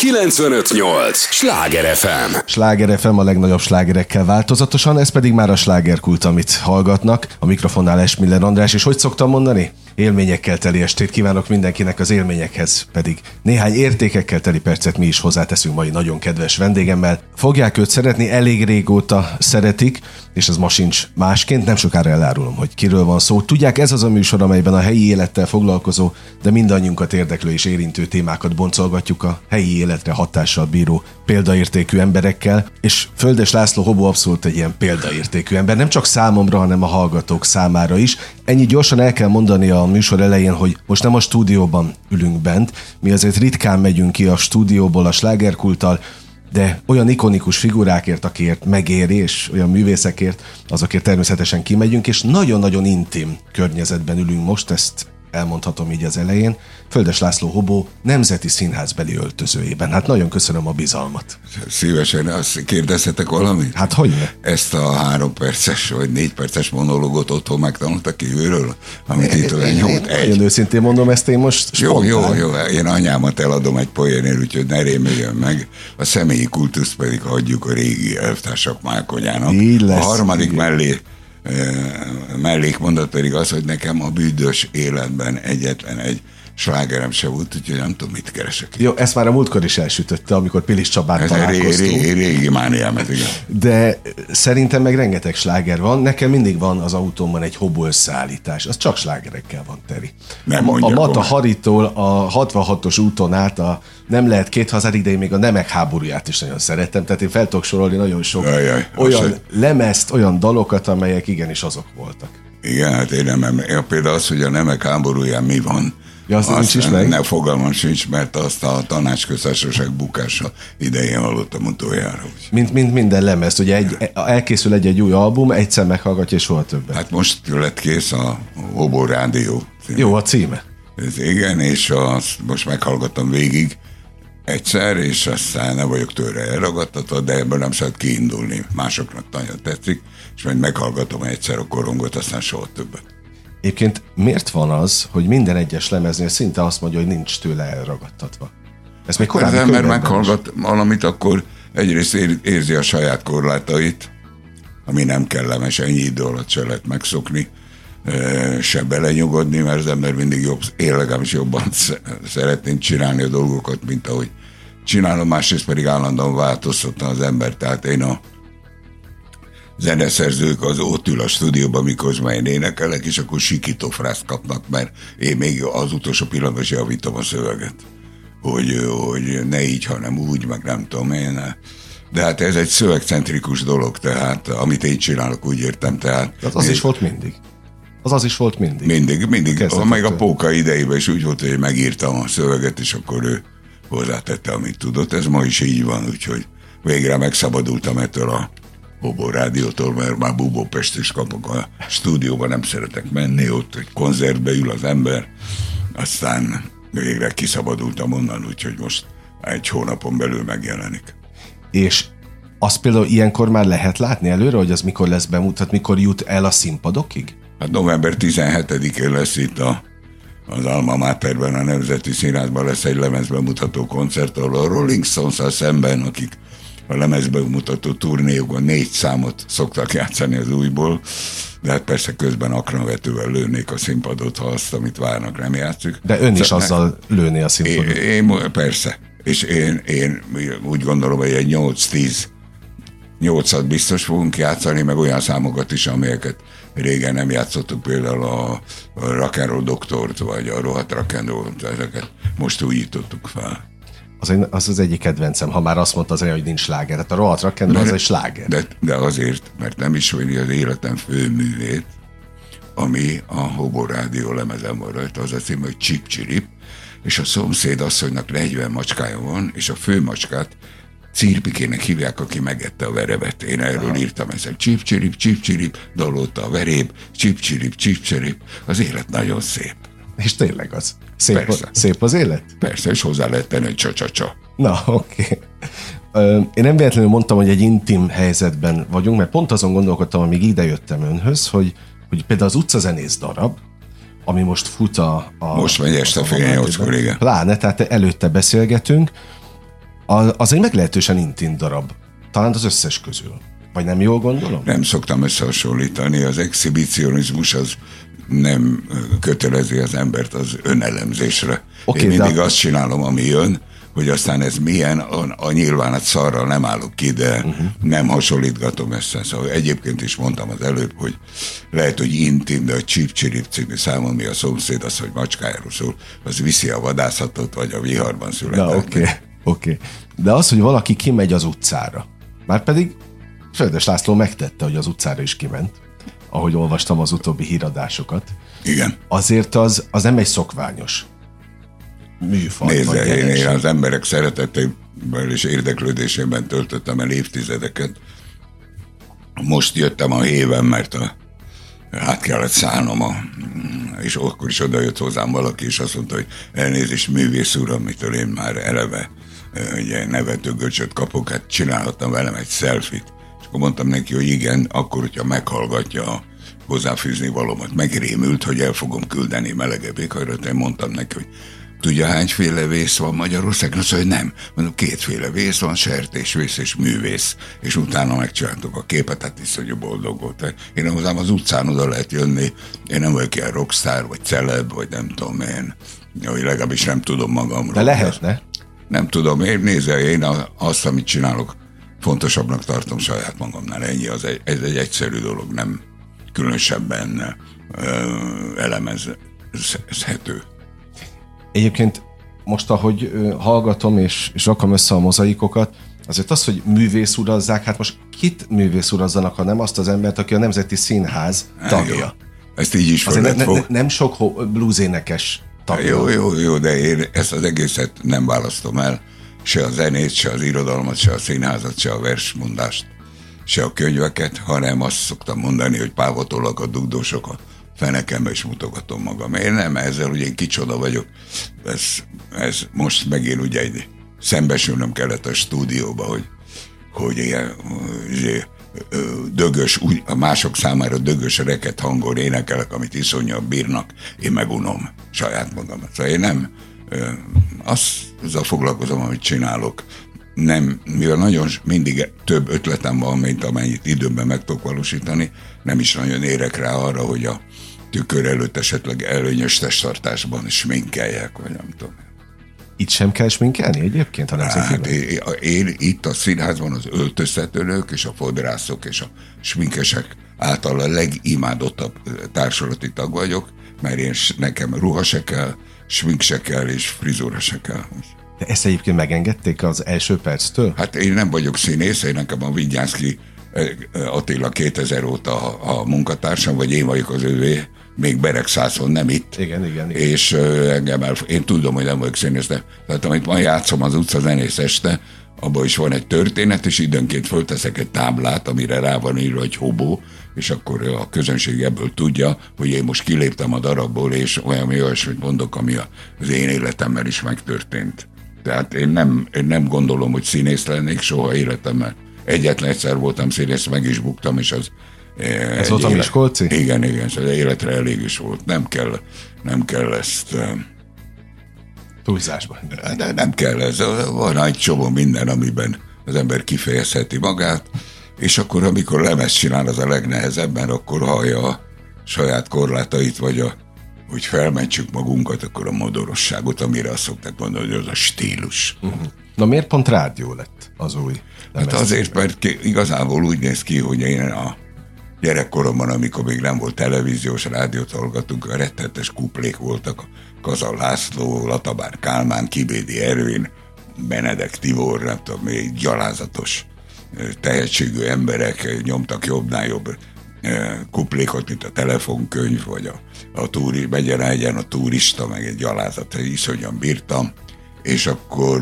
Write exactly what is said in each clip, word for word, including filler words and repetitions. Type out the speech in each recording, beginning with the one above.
kilencvenöt nyolc Sláger ef em. Sláger ef em a legnagyobb slágerekkel változatosan, ez pedig már a slágerkult, amit hallgatnak. A mikrofonnál Esmiller András, és hogy szoktam mondani? Élményekkel teli estét kívánok mindenkinek, az élményekhez pedig néhány értékekkel teli percet mi is hozzáteszünk mai nagyon kedves vendégemmel. Fogják őt szeretni, elég régóta szeretik, és ez ma sincs másként, nem sokára elárulom, hogy kiről van szó. Tudják, ez az a műsor, amelyben a helyi élettel foglalkozó, de mindannyiunkat érdeklő és érintő témákat boncolgatjuk a helyi életre hatással bíró példaértékű emberekkel, és Földes László Hobó abszolút egy ilyen példaértékű ember, nem csak számomra, hanem a hallgatók számára is. Ennyi gyorsan el kell mondani a műsor elején, hogy most nem a stúdióban ülünk bent, mi azért ritkán megyünk ki a stúdióból a slágerkulttal, de olyan ikonikus figurákért, akiért megéri, és olyan művészekért, azokért természetesen kimegyünk, és nagyon-nagyon intim környezetben ülünk most, ezt elmondhatom így az elején, Földes László Hobó Nemzeti Színházbeli öltözőjében. Hát nagyon köszönöm a bizalmat. Szívesen, azt kérdezhetek valamit? Hát hogyne? Ezt a három perces vagy négy perces monológot otthon megtanultak kívülről, amit itt lenyomott egy. Nagyon őszintén mondom, ezt én most spontán. Jó, jó, jó, én anyámat eladom egy poénért, úgyhogy ne rémüljön meg. A személyi kultuszt pedig hagyjuk a régi elvtársak málkonyának. Így lesz. A harmadik így mellé mellékmondat pedig az, hogy nekem a büdös életben egyetlen egy slágerem se volt, úgyhogy nem tudom, mit keresek. Jó, ezt már a múltkor is elsütötte, amikor Pilis Csabát ez találkoztunk. Régi, régi, régi mániámat, igen. De szerintem meg rengeteg sláger van. Nekem mindig van az autómban egy Hobó összeállítás. Az csak slágerekkel van teli. Nem a, a Mata komolyan. Haritól a hatvanhatos úton át a Nem lehet két hazárig, de én még a Nemek háborúját is nagyon szerettem. Tehát én fel tudok sorolni nagyon sok Ajaj, olyan az lemezt, olyan dalokat, amelyek igenis azok voltak. Igen, hát én nem emlékszem. Például az, hogy a Nemek háborúján mi van, Ja, azt nincs is meg? Ne fogalmam sincs, mert azt a tanácsköztársaság bukása idején hallottam utoljára. Mint, mint minden lemez, ugye egy, elkészül egy-egy új album, egyszer meghallgatja, és soha többet. Hát most lett kész a Hobó Rádió címe. Jó a címe. Ez igen, és azt most meghallgattam végig egyszer, és aztán nem vagyok tőle elragadtatva, de ebből nem szabad kiindulni. Másoknak nagyon tetszik, és majd meghallgatom egyszer a korongot, aztán soha többet. Egyébként miért van az, hogy minden egyes lemeznél szinte azt mondja, hogy nincs tőle elragadtatva? Ez még korábbi az ember könyvekben meghallgat is. valamit, akkor egyrészt érzi a saját korlátait, ami nem kellemes, ennyi idő alatt se lehet megszokni, se belenyugodni, mert az ember mindig jobb, én legalábbis jobban szeretném csinálni a dolgokat, mint ahogy csinálom, másrészt pedig állandóan változtatna az ember, tehát én a zeneszerzők az ott ül a stúdióban, mikor már én énekelek, és akkor sikító frászt kapnak, mert én még az utolsó pillanatban javítom a szöveget, hogy, hogy ne így, hanem úgy, meg nem tudom én. De hát ez egy szövegcentrikus dolog, tehát amit én csinálok, úgy értem, tehát... Az, az én, is volt mindig. Az az is volt mindig. Mindig, mindig. Kezdetől. Meg a Póka idejében is úgy volt, hogy megírtam a szöveget, és akkor ő hozzátette, amit tudott. Ez ma is így van, úgyhogy végre megszabadultam ettől a Hobó Rádiótól, mert már Bubópest is kapok a stúdióban, nem szeretek menni, ott egy koncertbe ül az ember, aztán végre kiszabadultam onnan, úgyhogy most egy hónapon belül megjelenik. És azt például ilyenkor már lehet látni előre, hogy az mikor lesz bemutat, mikor jut el a színpadokig? Hát november tizenhetedikén lesz itt a, az Alma Materben, a Nemzeti Színházban lesz egy lemezbemutató koncert, ahol a Rolling Stones-szal szemben, akik a lemezbemutató turnéjukon négy számot szoktak játszani az újból, de hát persze közben aknavetővel lőnék a színpadot, ha azt, amit várnak, nem játszuk. De ön is azzal lőné a színpadot. Én, én, persze. És én, én úgy gondolom, hogy egy nyolc-tíz nyolcat biztos fogunk játszani, meg olyan számokat is, amelyeket régen nem játszottuk, például a, a Rock and Roll Doktort, vagy a Rohadt Rock and Roll-t, ezeket most újítottuk fel. Az, egy, az az egyik kedvencem, ha már azt mondta az hogy nincs sláger. Hát a Rohadt Rock and Roll az egy sláger. De, de azért, mert nem ismeri az életem főművét, ami a Hobó Rádió lemezen van rajta, az a cím, hogy Csip Csirip, és a szomszéd asszonynak negyven macskája van, és a fő macskát Cirpikének hívják, aki megette a verebet. Én erről Aha. írtam ezzel. Csip-csirip, csip-csirip, dalolta a veréb, csip-csirip, csip-csirip. Az élet nagyon szép. És tényleg az. Szép, a, szép az élet? Persze, és hozzá lehet tenni, hogy csa-csa-csa. Na, oké. Okay. Én nem véletlenül mondtam, hogy egy intim helyzetben vagyunk, mert pont azon gondolkodtam, amíg idejöttem önhöz, hogy, hogy például az utcazenész darab, ami most fut a... a most megy este fél nyolckor, igen. Pláne, tehát előtte beszélgetünk, az egy meglehetősen intim darab. Talán az összes közül. Vagy nem jól gondolom? Nem szoktam összehasonlítani. Az exhibicionizmus az nem kötelezi az embert az önelemzésre. Okay, Én mindig de... azt csinálom, ami jön, hogy aztán ez milyen, a, a nyilvánat szarral nem állok ki, de uh-huh. nem hasonlítgatom össze. Szóval egyébként is mondtam az előbb, hogy lehet, hogy intim, de a Csip Csirip című szám, ami a szomszéd az, hogy macskájáról szól, az viszi a vadászatot, vagy a viharban született. Oké, oké. Okay, okay. De az, hogy valaki kimegy az utcára, márpedig Földes László megtette, hogy az utcára is kiment, ahogy olvastam az utóbbi híradásokat. Igen. Azért az, az nem egy szokványos műfaj. Nézze, én, én az emberek szeretetében és érdeklődésében töltöttem el évtizedeket. Most jöttem a héven, mert a, hát kellett szállnom, a, és akkor is oda jött hozzám valaki, és azt mondta, hogy elnézést, művész úr, amitől én már eleve ugye, nevető göcsöt kapok, hát csinálhattam velem egy selfit. És akkor mondtam neki, hogy igen, akkor, hogyha meghallgatja a hozzáfűzni valómat. Megrémült, hogy el fogom küldeni melegebb éghajlatra. Én mondtam neki, hogy tudja, hányféle vész van Magyarországon? Azt mondja, hogy nem. Mondom, kétféle vész van, sertésvész és művész. És utána megcsináltuk a képet, hát iszonyú boldog volt. Én hozzám az utcán oda lehet jönni, én nem vagyok ilyen rockstar, vagy celeb, vagy nem tudom én, hogy legalábbis nem tudom magamról. De lehetne. Nem tudom, én nézze, én azt, amit csinálok, fontosabbnak tartom saját magamnál. Ennyi, az egy, ez egy egyszerű dolog, nem különösebben ö, elemezhető. Egyébként most, ahogy ö, hallgatom és, és rakom össze a mozaikokat, azért az, hogy művész urazzák, hát most kit művész urazzanak, ha nem azt az embert, aki a Nemzeti Színház tagja. Jó. Ezt így is fel ne, ne, ne, Nem sok bluesénekes tagja. Jó, jó, jó, de én ezt az egészet nem választom el. Se a zenét, se az irodalmat, se a színházat, se a versmondást, se a könyveket, hanem azt szoktam mondani, hogy pávatolak a dugdósok a fenekembe, és mutogatom magam. Én nem ezzel, hogy én kicsoda vagyok. Ez, ez most megint ugye egy szembesülnöm kellett a stúdióba, hogy, hogy ilyen dögös, úgy, a mások számára dögös reket hangon énekelek, amit iszonyan bírnak, én megunom saját magamat. Szóval én nem azzal foglalkozom, amit csinálok. Nem, mivel nagyon mindig több ötletem van, mint amennyit időben meg tudok valósítani, nem is nagyon érek rá arra, hogy a tükör előtt esetleg előnyös testtartásban sminkeljek, vagy nem tudom. Itt sem kell sminkelni egyébként, ha nem hát én, én itt a színházban az öltöztetőnök és a fodrászok és a sminkesek által a legimádottabb társulati tag vagyok, mert én, nekem ruha se kell, smink se kell, és frizúra se kell. De ezt egyébként megengedték az első perctől? Hát én nem vagyok színész, én nekem a Vigyánszky Attila kétezer óta a, a munkatársam, vagy én vagyok az ővé, még Beregszászon, nem itt. Igen, igen, igen. És uh, engem el, én tudom, hogy nem vagyok színész, de tehát amit ma játszom az utcazenész este, abban is van egy történet, és időnként fölteszek egy táblát, amire rá van írva, hogy hobó, és akkor a közönség ebből tudja, hogy én most kiléptem a darabból, és olyan olyasmit mondok, ami az én életemmel is megtörtént. Tehát én nem, én nem gondolom, hogy színész lennék soha életemben. Egyetlen egyszer voltam színész, meg is buktam, és az... Ez volt a Miskolci? Igen, igen, szóval életre elég is volt. Nem kell, nem kell ezt... Túlzásban. De nem kell ez. Van egy csomó minden, amiben az ember kifejezheti magát, és akkor, amikor lemezt csinál, az a legnehezebb, mert akkor hallja a saját korlátait, vagy a, hogy felmentsük magunkat, akkor a modorosságot, amire azt szokták mondani, hogy az a stílus. Uh-huh. Na miért pont rádió lett az új lemez? Hát azért, mert igazából úgy néz ki, hogy én a gyerekkoromban, amikor még nem volt televíziós rádiót hallgatunk, rettenetes kuplék voltak, Kazal László, Latabár Kálmán, Kibédi Ervin, Benedek Tibor, nem tudom, még gyalázatos tehetségű emberek nyomtak jobbnál jobb kuplékot, mint a telefonkönyv, vagy a, a túri, megyen egyen a turista, meg egy gyalázat, iszonyan bírtam, és akkor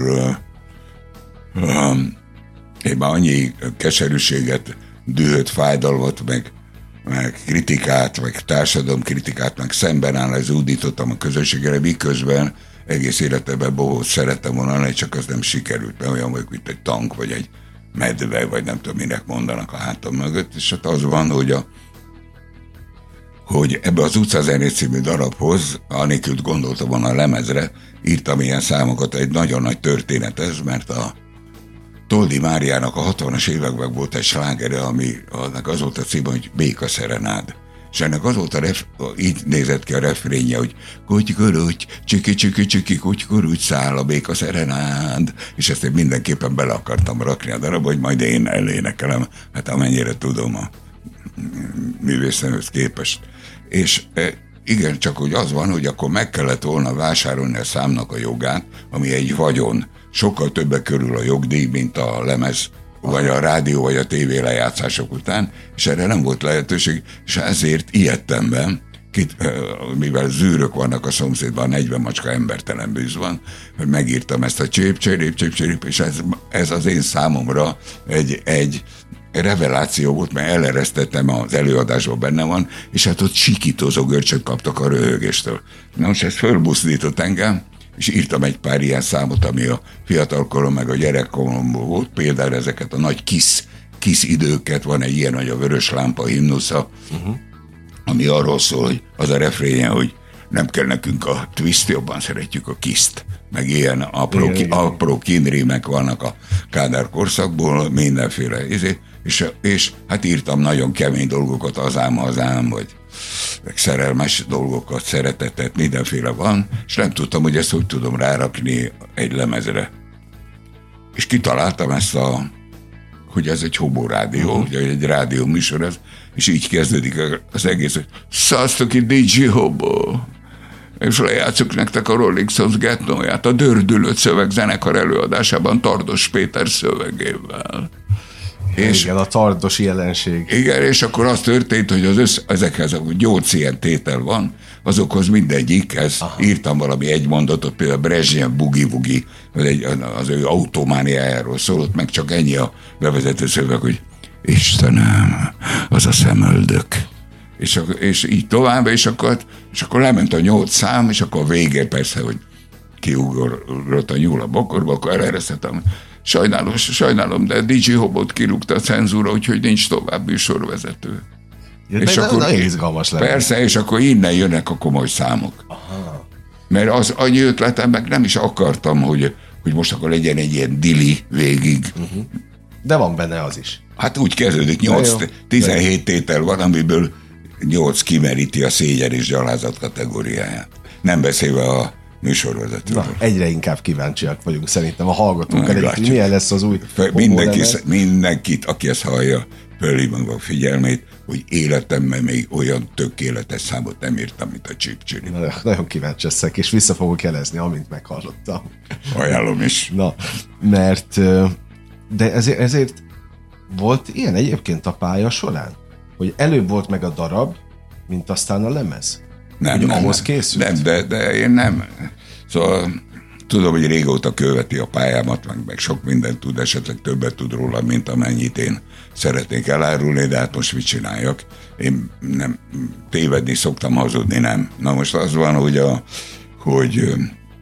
um, én már annyi keserűséget, dühöt, fájdalmat, meg, meg kritikát, meg társadalomkritikát, meg szemben áll, zúdítottam a közönségre, miközben egész életemben bohót szerettem volna, csak az nem sikerült, mert olyan vagyok, mint egy tank, vagy egy medve, vagy nem tudom, minek mondanak a hátam mögött, és hát az van, hogy, a, hogy ebbe az Utcazenét című darabhoz, anélkül gondoltam volna a lemezre, írtam ilyen számokat, egy nagyon nagy történet ez, mert a Toldi Máriának a hatvanas években volt egy slágere, ami annak az volt a címe, hogy Béka Szerenád. És ennek az volt a ref, így nézett ki a refrénye, hogy kutykuruty, csiki csiki csiki kutykuruty, száll a béka szerenád. És ezt én mindenképpen bele akartam rakni a darabba, hogy majd én elénekelem, hát amennyire tudom a művésznőhöz képest. És igen, csak hogy az van, hogy akkor meg kellett volna vásárolni a számnak a jogát, ami egy vagyon. Sokkal többe körül a jogdíj, mint a lemez, vagy a rádió, vagy a tévé lejátszások után, és erre nem volt lehetőség, és ezért ijedtem be, kit, mivel zűrök vannak a szomszédban, negyven macska embertelen bűz van, hogy megírtam ezt a csép, csirip, csip, csirip, és ez, ez az én számomra egy, egy reveláció volt, mert eleresztettem, az előadásban benne van, és hát ott sikítozó görcsöt kaptak a röhögéstől. Na most ez fölbuzdított engem, és írtam egy pár ilyen számot, ami a fiatalkorom meg a gyerekkoromból volt, például ezeket a nagy kis, kis időket, van egy ilyen, hogy a Vörös Lámpa himnusza, uh-huh. ami arról szól, hogy az a refrénye, hogy nem kell nekünk a twist, jobban szeretjük a kiszt, meg ilyen apró, igen, ki, igen. apró kínrémek vannak a Kádár korszakból, mindenféle, és, és hát írtam nagyon kemény dolgokat, az ám, az ám, vagy meg szerelmes dolgokat, szeretetet, mindenféle van, és nem tudtam, hogy ezt hogy tudom rárakni egy lemezre. És kitaláltam ezt a, hogy ez egy hoborádió, uh-huh. hogy egy rádió műsor ez, és így kezdődik az egész, hogy szasztok itt dé dzsé Hobo, és lejátszok nektek a Rolling Stones Getnóját, a Dördülött szövegzenekar előadásában Tardos Péter szövegével. És, igen, a tardosi jelenség. Igen, és akkor az történt, hogy az össz, ezekhez, ahogy nyolc ilyen tétel van, azokhoz mindegyikhez Aha. írtam valami egy mondatot, például Brezsnyev bugi-bugi, az ő automániájáról szólott, meg csak ennyi a bevezető szöveg, hogy Istenem, az a szemöldök. És, és így tovább, és akkor, és akkor lement a nyolc szám, és akkor a vége persze, hogy kiugrott a nyúl a bokorba, akkor eleresztettem, Sajnálom, sajnálom, de dé dzsé Hobot kirúgta a cenzúra, úgyhogy nincs tovább műsorvezető. Ja, és akkor nagyon izgalmas lenne. Persze, és akkor innen jönnek a komoly számok. Aha. Mert az annyi ötletem, meg nem is akartam, hogy, hogy most akkor legyen egy ilyen dili végig. Uh-huh. De van benne az is. Hát úgy kezdődik, nyolc, tizenhét tétel van, amiből nyolc kimeríti a szégyen és gyalázat kategóriáját. Nem beszélve a műsorvezetőről. Na, egyre inkább kíváncsiak vagyunk szerintem a hallgatók elég, hogy milyen lesz az új Mindenki, mindenkit, aki ezt hallja, fölhívom a figyelmét, hogy életemben még olyan tökéletes számot nem írtam, mint a Csip Csiri. Na, nagyon kíváncsi leszek, és vissza fogok jelezni, amint meghallottam. Ajánlom is. Na, mert de ezért, ezért volt ilyen egyébként a pálya során, hogy előbb volt meg a darab, mint aztán a lemez. Nem, hogy nem, ahhoz készült? Nem, de, de én nem. Szóval tudom, hogy régóta követi a pályámat, meg, meg sok mindent tud, esetleg többet tud róla, mint amennyit én szeretnék elárulni, de hát most mit csináljak? Én nem tévedni szoktam, hazudni nem. Na most az van, hogy, a, hogy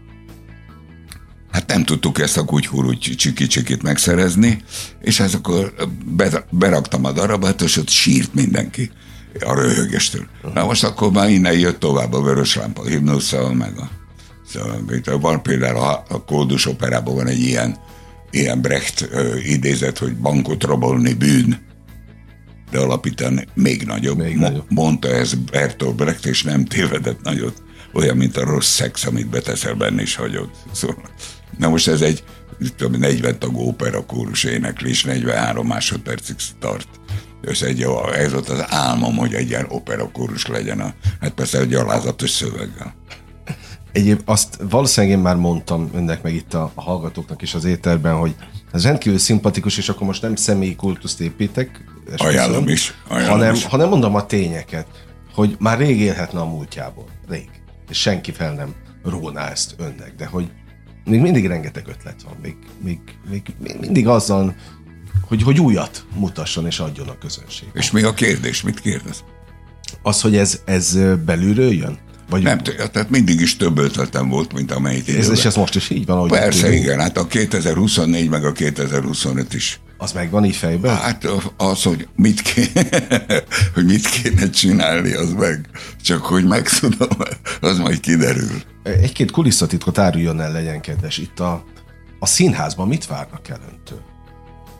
hát nem tudtuk ezt a kutyhurúgy csiki-csikit megszerezni, és hát akkor beraktam a darabát, és ott sírt mindenki a röhögéstől. Na most akkor már innen jött tovább a Vörös Lámpa himnusszal, meg a, szóval van például a, a Kódus operában van egy ilyen, ilyen Brecht ö, idézet, hogy bankot rabolni bűn, de alapítani még nagyobb. Még Mo- nagyobb. Mondta ez Bertolt Brecht, és nem tévedett nagyot. Olyan, mint a rossz szex, amit beteszel benne is hagyod. Szóval, na most ez egy tudom, negyven tagú opera kórus éneklés, negyvenhárom másodpercig tart. Ez, egy, ez ott az álmom, hogy egy ilyen operakórus legyen, a, hát persze egy gyalázatos szöveggel. Egyéb azt valószínűleg én már mondtam önnek, meg itt a, a hallgatóknak is az éterben, hogy ez rendkívül szimpatikus, és akkor most nem személyi kultuszt építek, ajánlom is, ajánlom hanem, is. hanem mondom a tényeket, hogy már rég élhetne a múltjából, rég, és senki fel nem róná ezt önnek, de hogy még mindig rengeteg ötlet van, még, még, még, még mindig azzal, hogy, hogy újat mutasson és adjon a közönség. És mi a kérdés? Mit kérdez? Az, hogy ez, ez belülről jön? Vagy nem, tehát mindig is több ötletem volt, mint amelyik időben. És ez most is így van? Ahogy persze, tudjuk. Igen, hát a kétezer-huszonnégy meg a kétezer-huszonöt is. Az megvan így fejben? Hát az, hogy mit kéne, hogy mit kéne csinálni, az meg. Csak hogy megtudom, az majd kiderül. Egy-két kulisszatitkot áruljon el, legyen kedves. Itt a, a színházban mit várnak el öntől?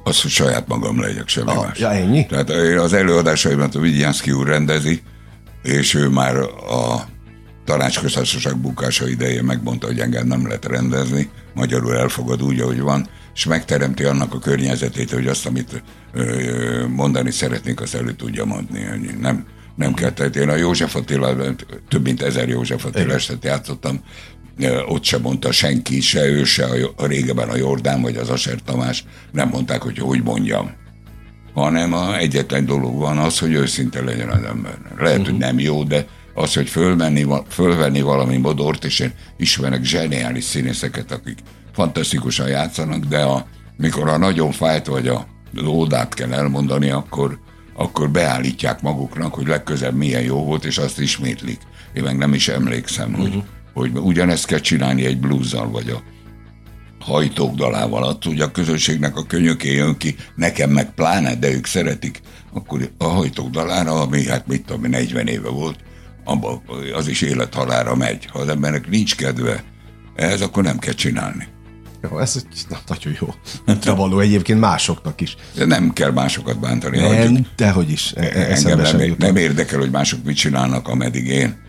Az, hogy saját magam legyek, semmi Ah, más. ja, ennyi? Tehát az előadásaimat a Vigyánszky úr rendezi, és ő már a Tanácsköztársaság bukása idején megmondta, hogy engem nem lehet rendezni, magyarul elfogad úgy, ahogy van, és megteremti annak a környezetét, hogy azt, amit ö, mondani szeretnék, azt elő tudja mondani. Nem, nem kell, tehát én a József Attila, több mint ezer József Attila estet játszottam, ott sem mondta senki, se ő, se a, a régebben a Jordán, vagy az Aser Tamás, nem mondták, hogy hogy mondjam. Hanem a egyetlen dolog van az, hogy őszinte legyen az ember. Lehet, uh-huh. hogy nem jó, de az, hogy fölmenni, fölvenni valami modort, és én ismerek zseniális színészeket, akik fantasztikusan játszanak, de a, mikor a nagyon fájt, vagy a ódát kell elmondani, akkor, akkor beállítják maguknak, hogy legközelebb milyen jó volt, és azt ismétlik. Én meg nem is emlékszem, uh-huh. hogy, hogy ugyanezt kell csinálni egy bluzzal, vagy a Hajtók dalával, azt, hogy a közönségnek a könyöké jön ki, nekem meg pláne, de ők szeretik, akkor a Hajtók dalára, ami hát mit tudom, negyven éve volt, abba, az is élethalálra megy. Ha az embernek nincs kedve ehhez, akkor nem kell csinálni. Jó, ez na, nagyon jó. De való egyébként másoknak is. De nem kell másokat bántani. Nem, dehogy is. E- Engem nem, nem érdekel, hogy mások mit csinálnak, ameddig én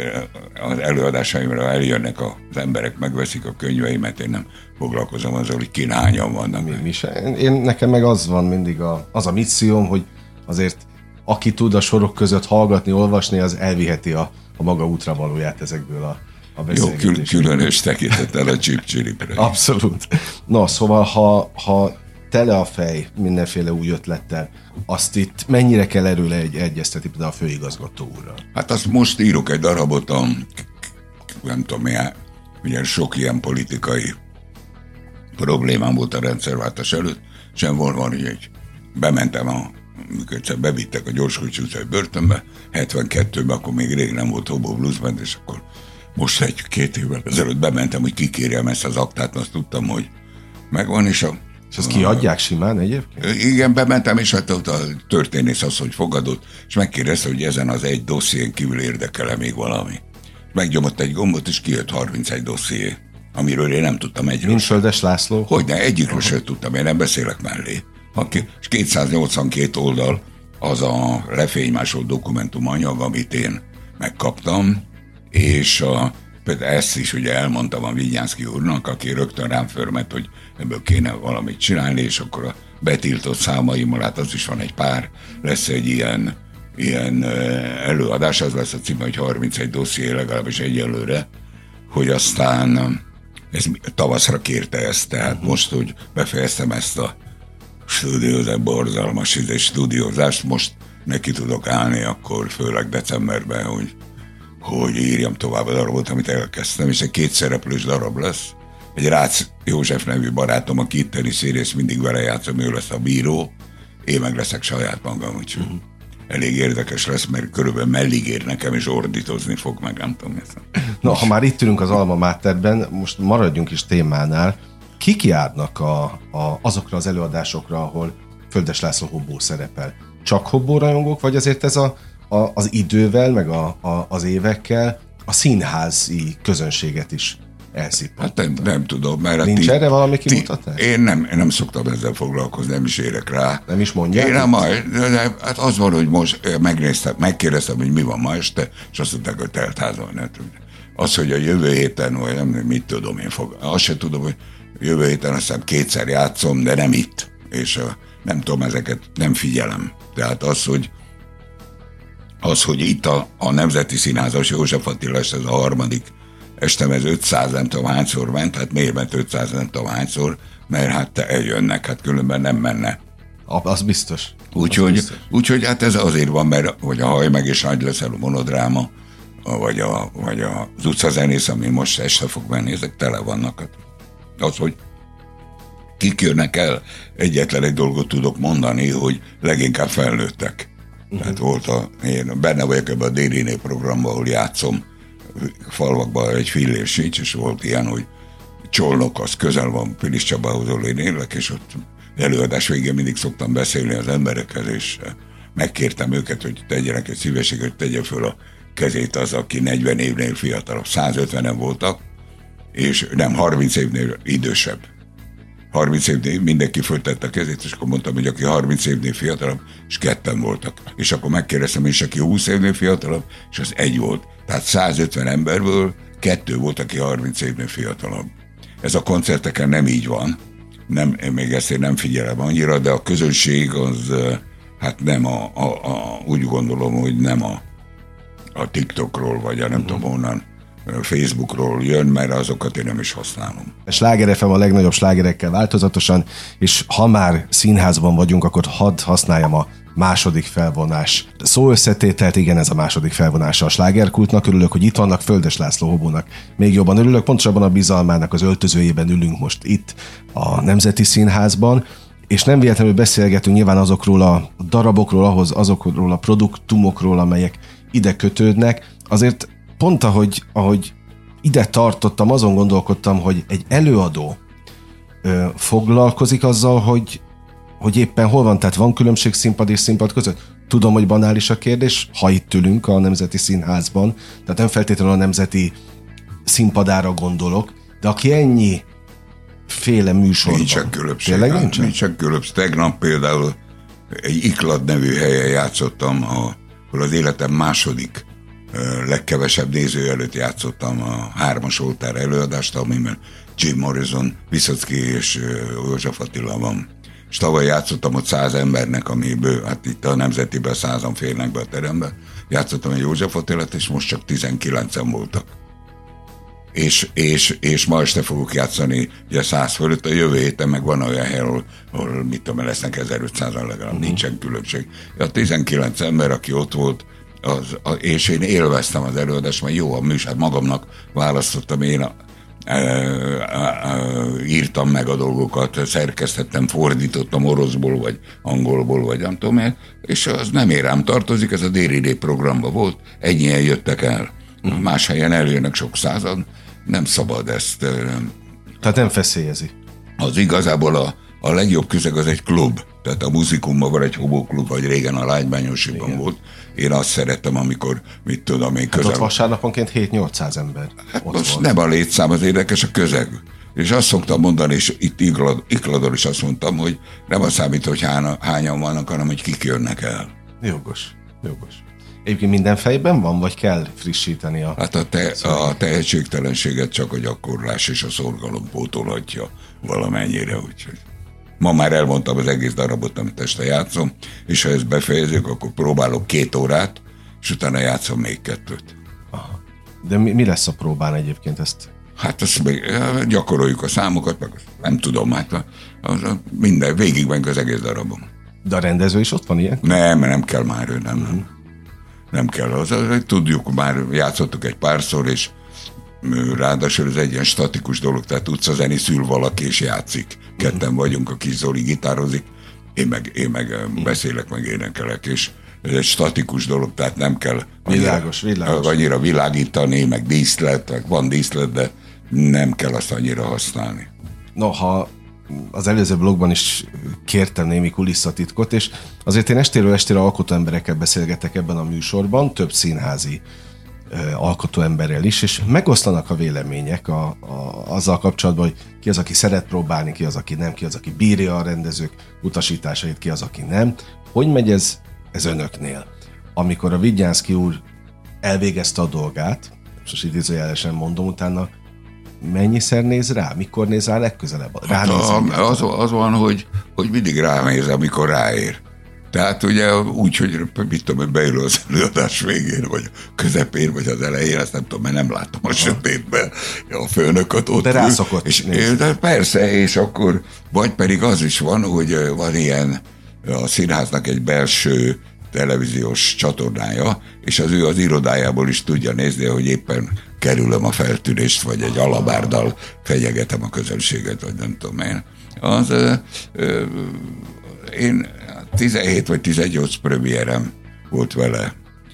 az előadásaimra eljönnek az emberek, megveszik a könyveimet, én nem foglalkozom azzal, hogy ki hányan vannak. Mi, mi én, én nekem meg az van mindig a, az a misszióm, hogy azért aki tud a sorok között hallgatni, olvasni, az elviheti a, a maga útravalóját ezekből a, a beszélgetésből. Jó, kül- különös tekintettel a csip-csiripre. Abszolút. No, szóval, ha, ha tele a fej mindenféle új ötlettel, azt itt mennyire kell erőle egy egyeztetni például a főigazgató úrral? Hát azt most írok egy darabot, a, nem tudom milyen, ugye sok ilyen politikai problémám volt a rendszerváltás előtt, sem volt van, hogy egy, bementem a amikor egyszer bevittek a Gyorskocsi utcai börtönbe, hetvenkettőben, akkor még rég nem volt Hobo Blues Band, és akkor most egy-két évvel ezelőtt bementem, hogy kikérjem ezt az aktát, azt tudtam, hogy megvan, és a... És azt kiadják simán egyébként? Igen, bementem, és hát ott a történész az, hogy fogadott, és megkérdezte, hogy ezen az egy dosszién kívül érdekel-e még valami. Meggyomott egy gombot, és kijött harmincegy dosszié, amiről én nem tudtam egyről. Mint Földes László? Hogyne, egyikről sem tudtam, én nem beszélek mellé. És kétszáznyolcvankét oldal az a lefénymásolt dokumentumanyag, amit én megkaptam, és a, például ezt is ugye elmondtam a Vigyánszky úrnak, aki rögtön rám förmet, hogy ebből kéne valamit csinálni, és akkor a betiltott számaimmal, hát az is van egy pár, lesz egy ilyen, ilyen előadás, az lesz a címe, hogy harmincegy dosszié, legalábbis egyelőre, hogy aztán ez tavaszra kérte ezt, tehát uh-huh. most, hogy befejeztem ezt a stúdiózás, borzalmas és stúdiózást, most neki tudok állni, akkor főleg decemberben, hogy, hogy írjam tovább a darabot, amit elkezdtem, és egy kétszereplős darab lesz. Egy Rácz József nevű barátom, aki itteni színész, mindig vele játszom, ő lesz a bíró, én meg leszek saját magam, úgyhogy uh-huh. elég érdekes lesz, mert körülbelül melligér nekem, és ordítozni fog, meg nem tudom. Na, ha már itt ülünk az Alma Materben, most maradjunk is témánál. Kik járnak a, a, azokra az előadásokra, ahol Földes László Hobó szerepel? Csak Hobó rajongók, vagy azért ez a, a, az idővel, meg a, a, az évekkel a színházi közönséget is elszippantotta? Hát nem, nem tudom, mert... Nincs ti, erre valami kimutatás? Ti, én, nem, én nem szoktam ezzel foglalkozni, nem is érek rá. Nem is mondják? Én nem, majd, de, de, hát az van, hogy most megnéztem, megkérdeztem, hogy mi van ma este, és azt mondták, hogy telt házon. Az, hogy a jövő héten, vagy nem, mit tudom én fog, azt sem tudom, hogy jövő héten azt hiszem kétszer játszom, de nem itt. És a, nem tudom, ezeket nem figyelem. Tehát az, hogy az, hogy itt a, a Nemzeti Színházas József Attila, ez a harmadik estem, ez ötszáz nem tudom hányszor ment, hát miért ment ötszáz nem tudom hányszor, mert hát eljönnek, hát különben nem menne. Az biztos. Úgyhogy, úgyhogy hát ez azért van, mert hogy a Haj meg és nagy leszel a monodráma, vagy, a, vagy az utcazenész, ami most este fog menni, ezek tele vannak. Az, hogy kik jönnek el, egyetlen egy dolgot tudok mondani, hogy leginkább felnőttek. Uh-huh. Tehát volt a, én benne vagyok ebben a Déliné programban, ahol játszom falvakban, egy fillér sincs, és volt ilyen, hogy Csolnok, az közel van Pilis Csabához, ahol én élek, és ott előadás végén mindig szoktam beszélni az emberekhez, és megkértem őket, hogy tegyenek egy szívességet, hogy tegye föl a kezét az, aki negyven évnél fiatalabb, százötvenen voltak, és nem harminc évnél idősebb. harminc évnél mindenki föltette a kezét, és akkor mondtam, hogy aki harminc évnél fiatalabb, és ketten voltak. És akkor megkérdeztem, és aki húsz évnél fiatalabb, és az egy volt. Tehát százötven emberből kettő volt, aki harminc évnél fiatalabb. Ez a koncerteken nem így van. Nem, még ezt én nem figyelem annyira, de a közönség az, hát nem a, a, a úgy gondolom, hogy nem a, a TikTokról, vagy a nem uh-huh. tudom honnan, Facebookról jön, mert azokat én nem is használom. A Sláger ef em a legnagyobb slágerekkel változatosan, és ha már színházban vagyunk, akkor hadd használjam a második felvonás szó összetételt, igen, ez a második felvonása a slágerkultnak. Örülök, hogy itt vannak, Földes László Hobónak még jobban örülök, pontosabban a bizalmának az öltözőjében ülünk most itt a Nemzeti Színházban, és nem véletlenül beszélgetünk nyilván azokról a darabokról, ahhoz azokról a produktumokról, amelyek ide kötődnek. Azért pont ahogy, ahogy ide tartottam, azon gondolkodtam, hogy egy előadó ö, foglalkozik azzal, hogy, hogy éppen hol van, tehát van különbség színpad és színpad között. Tudom, hogy banális a kérdés, ha itt ülünk a Nemzeti Színházban, tehát nem feltétlenül a Nemzeti Színpadára gondolok, de aki ennyi féle műsorban. Nincsen különbség. Tényleg nincsen? Nincsen különbség. Tegnap például egy Iklad nevű helyen játszottam, ahol az életem második legkevesebb néző előtt játszottam a hármas oltár előadást, amiben Jim Morrison, Viszocki és József Attila van. És tavaly játszottam ott száz embernek, amiből, hát itt a Nemzetiben százan férnek be a terembe, játszottam egy József Attilát, és most csak tizenkilencen voltak. És, és, és ma este fogok játszani ugye száz fölött, a jövő héten meg van olyan hely, ahol, ahol mit tudom, lesznek ezerötszázan legalább, uh-huh. nincsen különbség. A tizenkilenc ember, aki ott volt, Az, a, és én élveztem az előadást, mert jó a műsor, magamnak választottam, én a, e, e, e, írtam meg a dolgokat, szerkesztettem, fordítottam oroszból, vagy angolból, vagy nem tudom én, és az nem érám tartozik, ez a dé er dé programban volt, ennyien jöttek el. Uh-huh. Más helyen eljönnek sok század, nem szabad ezt. Tehát nem feszélyezi. Az igazából a, a legjobb közeg az egy klub, tehát a Muzikumban van egy hobóklub, vagy régen a Lágymányosiban volt. Én azt szerettem, amikor, mit tudom én, közel... Hát ott vasárnaponként hét-nyolcszáz ember. Hát most volt. Nem a létszám, az érdekes, a közeg. És azt szoktam mondani, és itt Iklad, Ikladon is azt mondtam, hogy nem az számít, hogy hána, hányan vannak, hanem hogy kik jönnek el. Jogos, jogos. Egyébként minden fejben van, vagy kell frissíteni a... Hát a, te, a tehetségtelenséget csak a gyakorlás és a szorgalom pótolhatja valamennyire, úgyhogy... Ma már elmondtam az egész darabot, amit este játszom, és ha ezt befejezzük, akkor próbálok két órát, és utána játszom még kettőt. Aha. De mi, mi lesz a próbán egyébként ezt? Hát azt még, gyakoroljuk a számokat, meg nem tudom, hát a, az a minden, végig meg az egész darabom. De a rendező is ott van ilyen? Nem, nem kell már ő, nem, uh-huh. nem. Nem kell, az, az, tudjuk, már játszottuk egy párszor, és ráadásul ez egy ilyen statikus dolog, tehát utcazenész ül valaki és játszik. Ketten vagyunk, a kis Zoli gitározik, én meg, én meg beszélek, meg énekelek, és ez egy statikus dolog, tehát nem kell annyira, világos, világos. annyira világítani, meg díszlet, meg van díszlet, de nem kell azt annyira használni. No, ha az előző blogban is kértem némi kulisszatitkot, és azért én estéről estére alkotó emberekkel beszélgetek ebben a műsorban, több színházi alkotó emberrel is, és megoszlanak a vélemények a, a, azzal kapcsolatban, hogy ki az, aki szeret próbálni, ki az, aki nem, ki az, aki bírja a rendezők utasításait, ki az, aki nem. Hogy megy ez, ez önöknél? Amikor a Vidnyánszky úr elvégezte a dolgát, most idézőjelesen mondom, utána mennyiszer néz rá? Mikor néz rá legközelebb? Hát a, az, az van, hogy, hogy mindig ránéz, amikor ráér. Tehát ugye úgy, hogy mit tudom, hogy beül az előadás végén, vagy közepén, vagy az elején, ezt nem tudom, mert nem láttam a sötétben a főnököt ott. De rászokott. És, de persze, és akkor, vagy pedig az is van, hogy van ilyen a színháznak egy belső televíziós csatornája, és az ő az irodájából is tudja nézni, hogy éppen kerülöm a feltűnést, vagy egy alabárdal fenyegetem a közönséget, vagy nem tudom én. Az ö, ö, én tizenhét vagy tizennyolc premierem volt vele,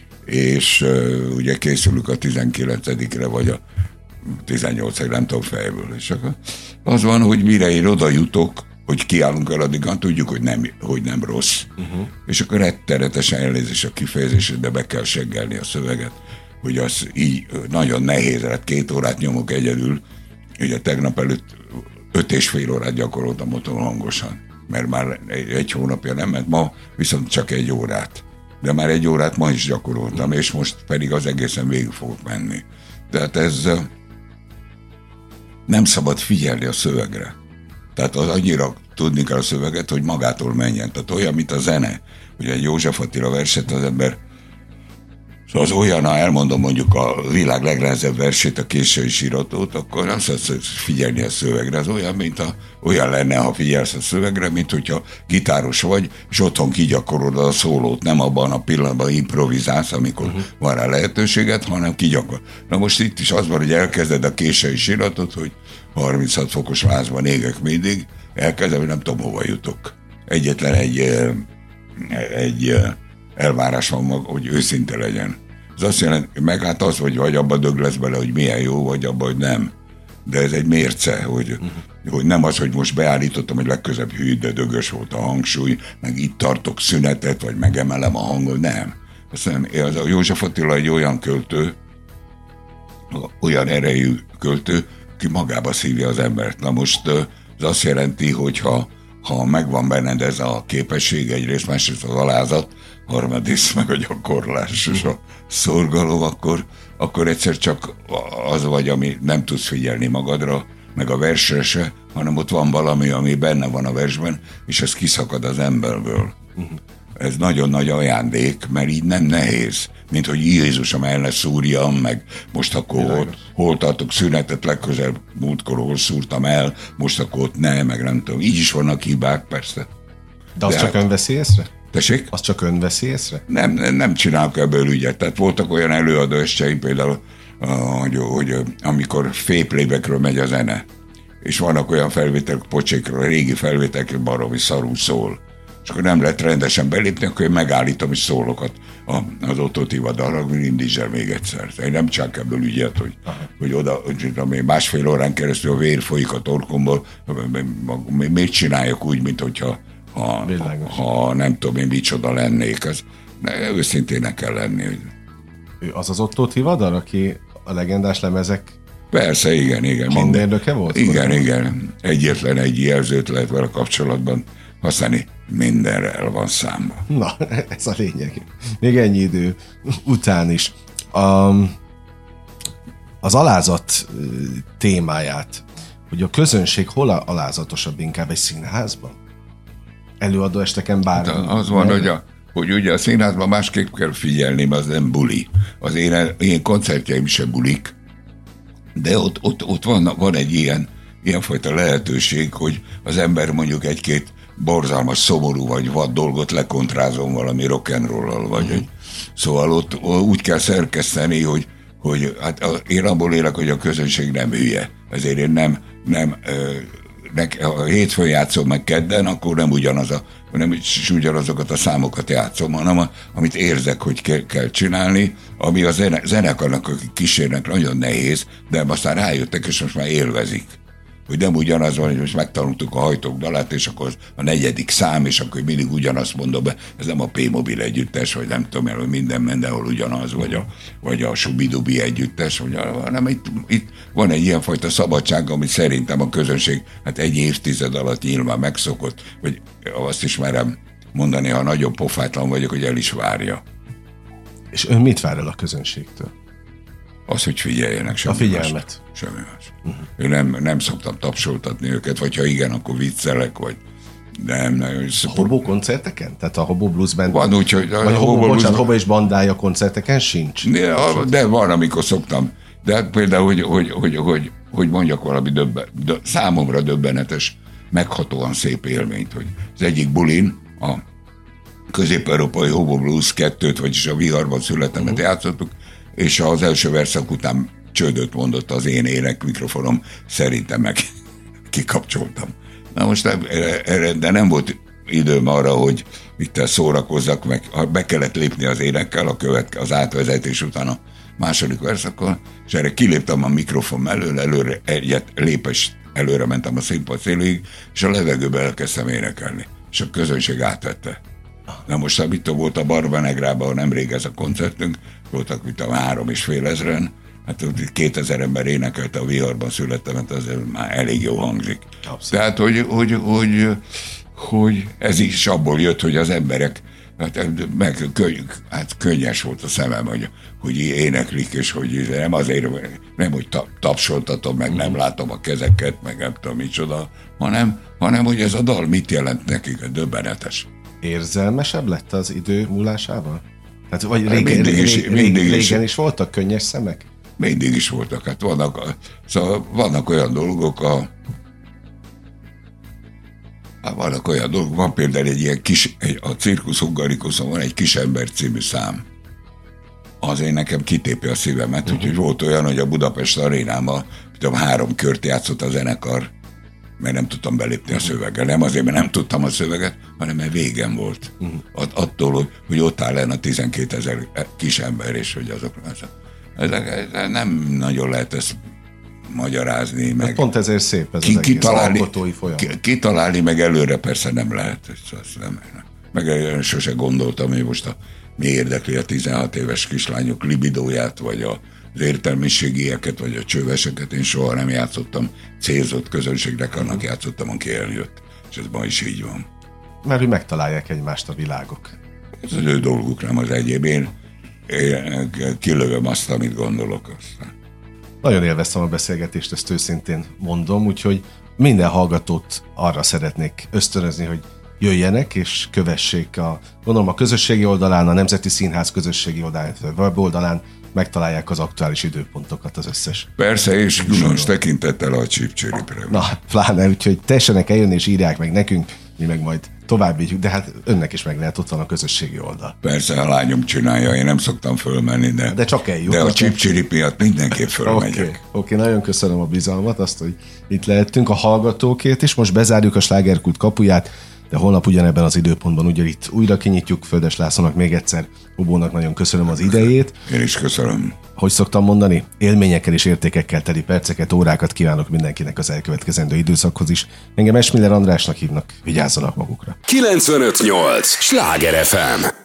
és uh, ugye készülünk a tizenkilencedikre, vagy a tizennyolcadikra, nem tudom fejből, és akkor az van, hogy mire én oda jutok, hogy kiállunk el, addig tudjuk, hogy nem, hogy nem rossz. Uh-huh. És akkor rettenetesen elnézés a kifejezés, de be kell seggelni a szöveget, hogy az így nagyon nehéz lett, két órát nyomok egyedül, ugye tegnap előtt öt és fél órát gyakoroltam otthon hangosan, mert már egy hónapja nem ment, ma viszont csak egy órát. De már egy órát ma is gyakoroltam, és most pedig az egészen végig fogok menni. Tehát ez nem szabad figyelni a szövegre. Tehát az annyira tudni kell a szöveget, hogy magától menjen. Tehát olyan, mint a zene. Ugye egy József Attila verset az ember, szóval az olyan, ha elmondom mondjuk a világ legnehezebb versét, a Késői síratót, akkor nem szabad figyelni a szövegre. Az olyan, mint a, olyan lenne, ha figyelsz a szövegre, mint hogyha gitáros vagy, és otthon kigyakorolod a szólót, nem abban a pillanatban improvizálsz, amikor uh-huh. van rá lehetőséget, hanem kigyakor. Na most itt is az van, hogy elkezded a Késői síratot, hogy harminchat fokos lázban égek mindig, elkezdem, hogy nem tudom, hova jutok. Egyetlen egy, egy elvárás van maga, hogy őszinte legyen. Ez azt jelenti, meg hát az, hogy vagy abba dög lesz bele, hogy milyen jó, vagy abba, hogy nem. De ez egy mérce, hogy, uh-huh. hogy nem az, hogy most beállítottam, hogy legközebb hű, de dögös volt a hangsúly, meg itt tartok szünetet, vagy megemelem a hangot, nem. Aztán az a József Attila egy olyan költő, olyan erejű költő, ki magába szívja az embert. Na most ez azt jelenti, hogy ha, ha megvan benned ez a képesség, egyrészt, másrészt az alázat, harmadrészt meg a gyakorlás és a szorgalom, akkor, akkor egyszer csak az vagy, ami nem tudsz figyelni magadra, meg a versre se, hanem ott van valami, ami benne van a versben, és ez kiszakad az emberből. Uh-huh. Ez nagyon nagy ajándék, mert így nem nehéz, mint hogy Jézusom el ne szúrjam, meg most akkor hol, hol tartok szünetet, legközelebb múltkor hol szúrtam el, most akkor ott ne, meg nem tudom. Így is vannak hibák, persze. De azt De csak hát, ön veszi észre? Tessék? Azt csak ön veszi észre? Nem, nem csinálok ebből ügyet. Tehát voltak olyan előadó esteim például, hogy, hogy amikor féplébekről megy a zene, és vannak olyan felvételek, pocsékról, régi felvételek, baromi szarul szól. És akkor nem lehet rendesen belépni, akkor én megállítom és szólokat az Otto Tivadar, indítsel még egyszer. Én nem csak ebből ügyet, hogy, hogy oda, hogy másfél órán keresztül a vér folyik a torkomból, miért csináljuk úgy, mint hogyha ha, ha nem tudom én micsoda lennék. Ez, őszintének kell lenni. Ő az az Otto Tivadar, aki a legendás lemezek Persze, igen, igen. Hangmérnöke volt? Igen, igen. Egyetlen egy jelzőt lehet vele kapcsolatban használni, mindenre el van számba. Na, ez a lényeg. Még ennyi idő után is. Um, az alázat témáját, hogy a közönség hol alázatosabb, inkább egy színházban? Előadó esteken bár... Hát az van, hogy, a, hogy ugye a színházban másképp kell figyelni, mert az nem buli. Az én, én koncertjeim se bulik, de ott, ott, ott van, van egy ilyen, ilyenfajta lehetőség, hogy az ember mondjuk egy-két borzalmas, szomorú vagy vad dolgot lekontrázom valami rock'n'roll-al, vagy uh-huh. Szóval ott úgy kell szerkeszteni, hogy, hogy hát én abból élek, hogy a közönség nem hülye. Ezért én nem, nem ha hétfőn játszom meg kedden, akkor nem ugyanaz a, nem is ugyanazokat a számokat játszom, hanem a, amit érzek, hogy kell, kell csinálni, ami a zene, zenekarnak, akik kísérnek, nagyon nehéz, de aztán rájöttek, és most már élvezik. Hogy nem ugyanaz van, hogy most megtanultuk a Hajtók dalát, és akkor a negyedik szám, és akkor mindig ugyanazt mondom be, ez nem a P-mobil együttes, vagy nem tudom el, hogy minden mindenhol ugyanaz, vagy a, vagy a Subidubi együttes, vagy a, hanem itt, itt van egy ilyenfajta szabadság, amit szerintem a közönség hát egy évtized alatt nyilván megszokott, vagy azt is merem mondani, ha nagyon pofátlan vagyok, hogy el is várja. És ön mit vár el a közönségtől? Az, hogy figyeljenek, semmi a figyelmet. Más, semmi más. Uh-huh. Én nem, nem szoktam tapsoltatni őket, vagy ha igen, akkor viccelek, vagy nem. nem a Hobó koncerteken? Tehát a Hobó Blues Band? Van úgy, hogy a, vagy a Hobó, bocsánat, Hobó és bandája koncerteken sincs? De, de van, amikor szoktam. De hát például, hogy, hogy, hogy, hogy, hogy mondjak valami döbben, dö, számomra döbbenetes, meghatóan szép élményt, hogy az egyik bulin, a közép-európai Hobó Blues kettőt, vagyis a Viharban születemet uh-huh. játszottuk, és az első verszak után csődöt mondott az én ének mikrofonom, szerintem meg kikapcsoltam. Na most erre, de nem volt időm arra, hogy itt szórakozzak, meg be kellett lépni az énekkel a követke, az átvezetés után a második verszakon, és erre kiléptem a mikrofon mellől, előre egyet lépést előre mentem a színpad széléig, és a levegőbe elkezdtem énekelni, és a közönség átvette. Na most, amit volt a Barba Negrában nemrég ez a koncertünk, voltak itt a három és fél ezren, Hát kétezer ember énekelte a Viharban születtem, hát az már elég jó hangzik. Abszolút. Tehát, hogy, hogy, hogy, hogy ez is abból jött, hogy az emberek, hát, meg könny, hát könnyes volt a szemem, hogy, hogy éneklik, és hogy nem azért, nem hogy tapsoltatom, meg nem látom a kezeket, meg nem tudom micsoda, hanem, hanem hogy ez a dal mit jelent nekik, döbbenetes. Érzelmesebb lett az idő múlásával? Hát, vagy régen, mindig is, régen, mindig régen is. is voltak könnyes szemek? Mindig is voltak. Hát vannak, szóval vannak olyan dolgok, a, hát vannak olyan dolgok, van például egy ilyen kis, egy, a Cirkusz Hungarikuson van egy Kis ember című szám. Azért nekem kitépi a szívemet, uh-huh. úgyhogy volt olyan, hogy a Budapest arénában tudom, három kört játszott a zenekar, mert nem tudtam belépni a szöveggel. Nem azért, mert nem tudtam a szöveget, hanem mert végem volt. Uh-huh. At, attól, hogy, hogy ott áll len a tizenkétezer kis ember, és hogy azok... Ezek, nem nagyon lehet ezt magyarázni, meg... Pont ezért szép ez ki, az egész alkotói folyamat. Kitalálni meg előre persze nem lehet. Azt nem, meg sose gondoltam, hogy most a, mi érdekli a tizenhat éves kislányok libidóját, vagy az értelmiségieket, vagy a csöveseket. Én soha nem játszottam célzott közönségnek, annak játszottam, aki eljött. És ez ma is így van. Mert hogy megtalálják egymást a világok. Ez az ő dolguk, nem az egyéb. Én Én kilövöm azt, amit gondolok. Aztán. Nagyon élveztem a beszélgetést, ezt őszintén mondom, úgyhogy minden hallgatót arra szeretnék ösztönözni, hogy jöjjenek és kövessék a, gondolom a közösségi oldalán, a Nemzeti Színház közösségi oldalán, a weboldalán megtalálják az aktuális időpontokat az összes. Persze, és különös tekintettel a csipcsiripre. Na, pláne, úgyhogy tessenek eljönni és írják meg nekünk, mi meg majd továbbítjuk, de hát önnek is meg lehet, ott van a közösségi oldal. Persze, a lányom csinálja, én nem szoktam fölmenni, de, de, csak eljut, de a csipcsirip miatt mindenképp fölmegyek. Oké, okay, okay, nagyon köszönöm a bizalmat, azt, hogy itt lehettünk a hallgatókért is. Most bezárjuk a Slágerkult kapuját, de holnap ugyanebben az időpontban ugyanitt újra kinyitjuk. Földes Lászlónak még egyszer, Hobónak nagyon köszönöm az idejét. Én is köszönöm. Hogy szoktam mondani, élményekkel és értékekkel teli perceket, órákat kívánok mindenkinek az elkövetkezendő időszakhoz is. Engem Esmiller Andrásnak hívnak, vigyázzanak magukra. kilencvenöt nyolc Sláger ef em